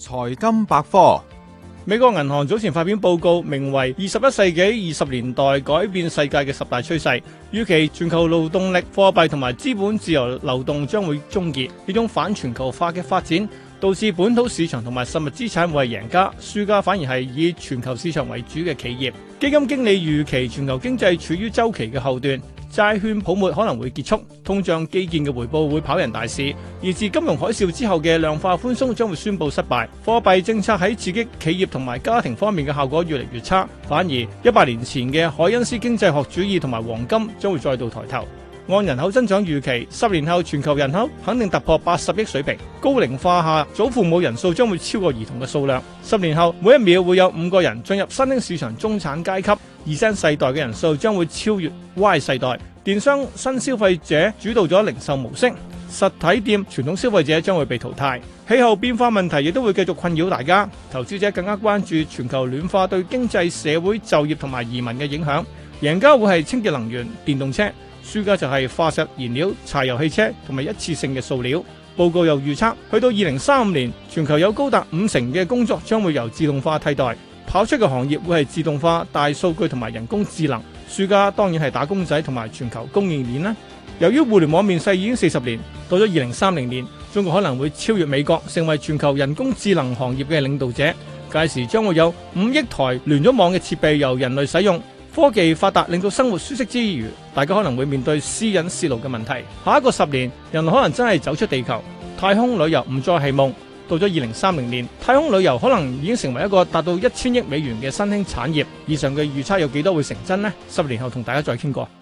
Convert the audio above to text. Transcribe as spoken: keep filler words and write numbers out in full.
財金百科。 美國銀行早前發表報告，名為《二十一世紀二十年代改變世界嘅十大趨勢》，預期全球勞動力、貨幣同埋資本自由流動將會終結。呢種反全球化嘅發展，導致本土市場同埋實物資產會係贏家，輸家反而係以全球市場為主嘅企業。基金經理預期全球經濟處於週期嘅後段，債券泡沫可能會結束，通脹基建嘅回報會跑贏大市，而自金融海嘯之後嘅量化寬鬆將會宣布失敗，貨幣政策喺刺激企業同埋家庭方面嘅效果越嚟越差，反而一百年前嘅凱恩斯經濟學主義同埋黃金將會再度抬頭。按人口增長預期，十年後全球人口肯定突破八十億水平。高齡化下，祖父母人數將會超過兒童嘅數量。十年後，每一秒會有五個人進入新興市場中產階級。Z 世代嘅人數將會超越 Y 世代。電商新消費者主導咗零售模式，實體店傳統消費者將會被淘汰。氣候變化問題亦都會繼續困擾大家，投資者更加關注全球暖化對經濟、社會、就業同埋移民嘅影響。贏家會係清潔能源、電動車。輸家就係化石燃料、柴油汽車同埋一次性嘅塑料。報告又預測，去到二零三五年，全球有高達五成嘅工作將會由自動化替代，跑出嘅行業會係自動化、大數據同埋人工智能。輸家當然係打工仔同埋全球供應鏈啦。由於互聯網面世已經四十年，到咗二零三零年，中國可能會超越美國，成為全球人工智能行業嘅領導者。屆時將會有五億台聯咗網嘅設備由人類使用。科技發達令到生活舒適之餘，大家可能會面對私隱泄露嘅問題。下一個十年，人類可能真係走出地球，太空旅遊唔再係夢。到咗二零三零年，太空旅遊可能已經成為一個達到一千億美元嘅新興產業。以上嘅預測有幾多會成真呢？十年後同大家再傾過。